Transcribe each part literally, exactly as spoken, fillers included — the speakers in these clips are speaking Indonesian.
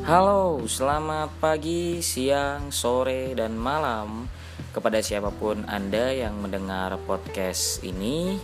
Halo, selamat pagi, siang, sore, dan malam kepada siapapun Anda yang mendengar podcast ini.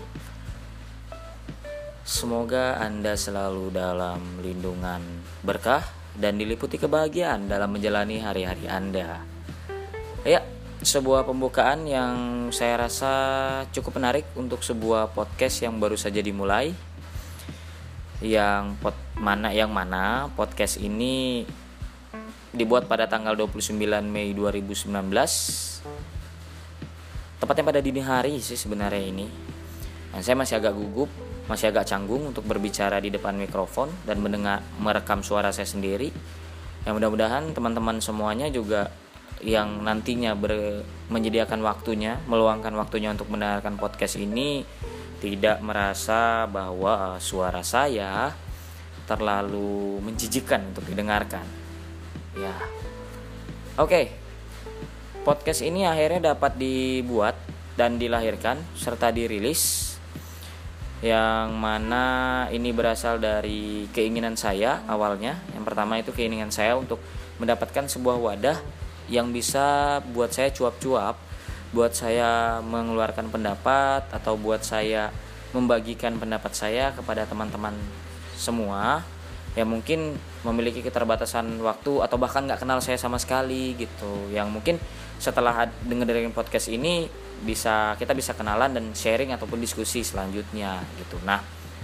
Semoga Anda selalu dalam lindungan berkah dan diliputi kebahagiaan dalam menjalani hari-hari Anda. Ya, sebuah pembukaan yang saya rasa cukup menarik untuk sebuah podcast yang baru saja dimulai. Yang pot mana yang mana podcast ini dibuat pada tanggal dua puluh sembilan Mei dua ribu sembilan belas, tepatnya pada dini hari sih sebenarnya ini. Dan saya masih agak gugup, masih agak canggung untuk berbicara di depan mikrofon dan mendengar merekam suara saya sendiri. Yang mudah-mudahan teman-teman semuanya juga yang nantinya ber, menyediakan waktunya, meluangkan waktunya untuk mendengarkan podcast ini tidak merasa bahwa suara saya terlalu menjijikkan untuk didengarkan. Ya, oke. Okay. Podcast ini akhirnya dapat dibuat dan dilahirkan serta dirilis, yang mana ini berasal dari keinginan saya awalnya. Yang pertama itu keinginan saya untuk mendapatkan sebuah wadah yang bisa buat saya cuap-cuap, buat saya mengeluarkan pendapat, atau buat saya membagikan pendapat saya kepada teman-teman semua yang mungkin memiliki keterbatasan waktu atau bahkan gak kenal saya sama sekali gitu, yang mungkin setelah dengerin podcast ini bisa kita bisa kenalan dan sharing ataupun diskusi selanjutnya gitu. Nah,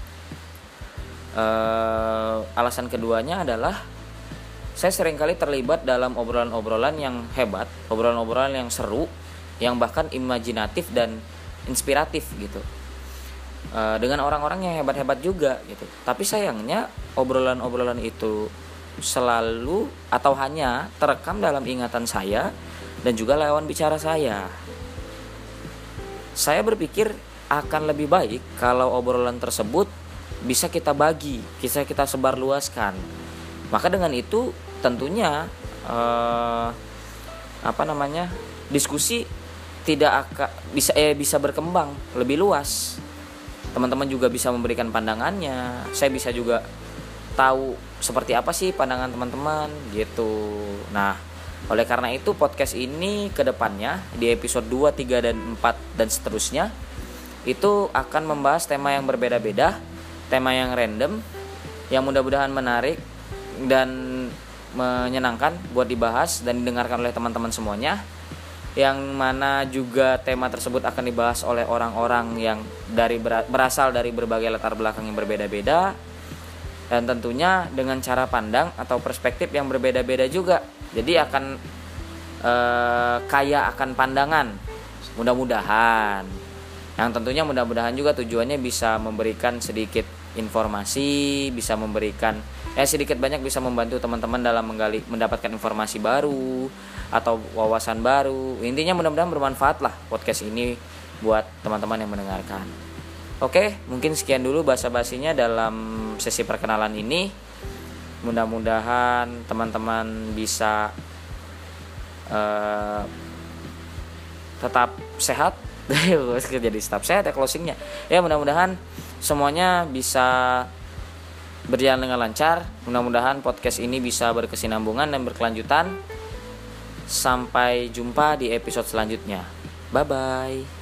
eh, alasan keduanya adalah saya seringkali terlibat dalam obrolan-obrolan yang hebat, obrolan-obrolan yang seru, yang bahkan imajinatif dan inspiratif gitu, e, dengan orang-orang yang hebat-hebat juga gitu. Tapi sayangnya obrolan-obrolan itu selalu atau hanya terekam dalam ingatan saya dan juga lawan bicara saya. Saya berpikir akan lebih baik kalau obrolan tersebut bisa kita bagi, bisa kita sebarluaskan. Maka dengan itu tentunya e, apa namanya diskusi tidak akan bisa eh bisa berkembang lebih luas. Teman-teman juga bisa memberikan pandangannya. Saya bisa juga tahu seperti apa sih pandangan teman-teman gitu. Nah, oleh karena itu podcast ini ke depannya di episode dua, tiga dan empat dan seterusnya itu akan membahas tema yang berbeda-beda, tema yang random, yang mudah-mudahan menarik dan menyenangkan buat dibahas dan didengarkan oleh teman-teman semuanya. Yang mana juga tema tersebut akan dibahas oleh orang-orang yang dari berasal dari berbagai latar belakang yang berbeda-beda, dan tentunya dengan cara pandang atau perspektif yang berbeda-beda juga. Jadi akan eh, kaya akan pandangan, mudah-mudahan. Yang tentunya mudah-mudahan juga tujuannya bisa memberikan sedikit informasi, bisa memberikan eh sedikit banyak bisa membantu teman-teman dalam menggali mendapatkan informasi baru atau wawasan baru. Intinya mudah-mudahan bermanfaat lah podcast ini buat teman-teman yang mendengarkan. Oke, mungkin sekian dulu basa-basinya dalam sesi perkenalan ini. Mudah-mudahan teman-teman bisa uh, tetap sehat. Jadi tetap sehat ya closingnya. Ya, mudah-mudahan semuanya bisa berjalan dengan lancar. Mudah-mudahan podcast ini bisa berkesinambungan dan berkelanjutan. Sampai jumpa di episode selanjutnya. Bye-bye.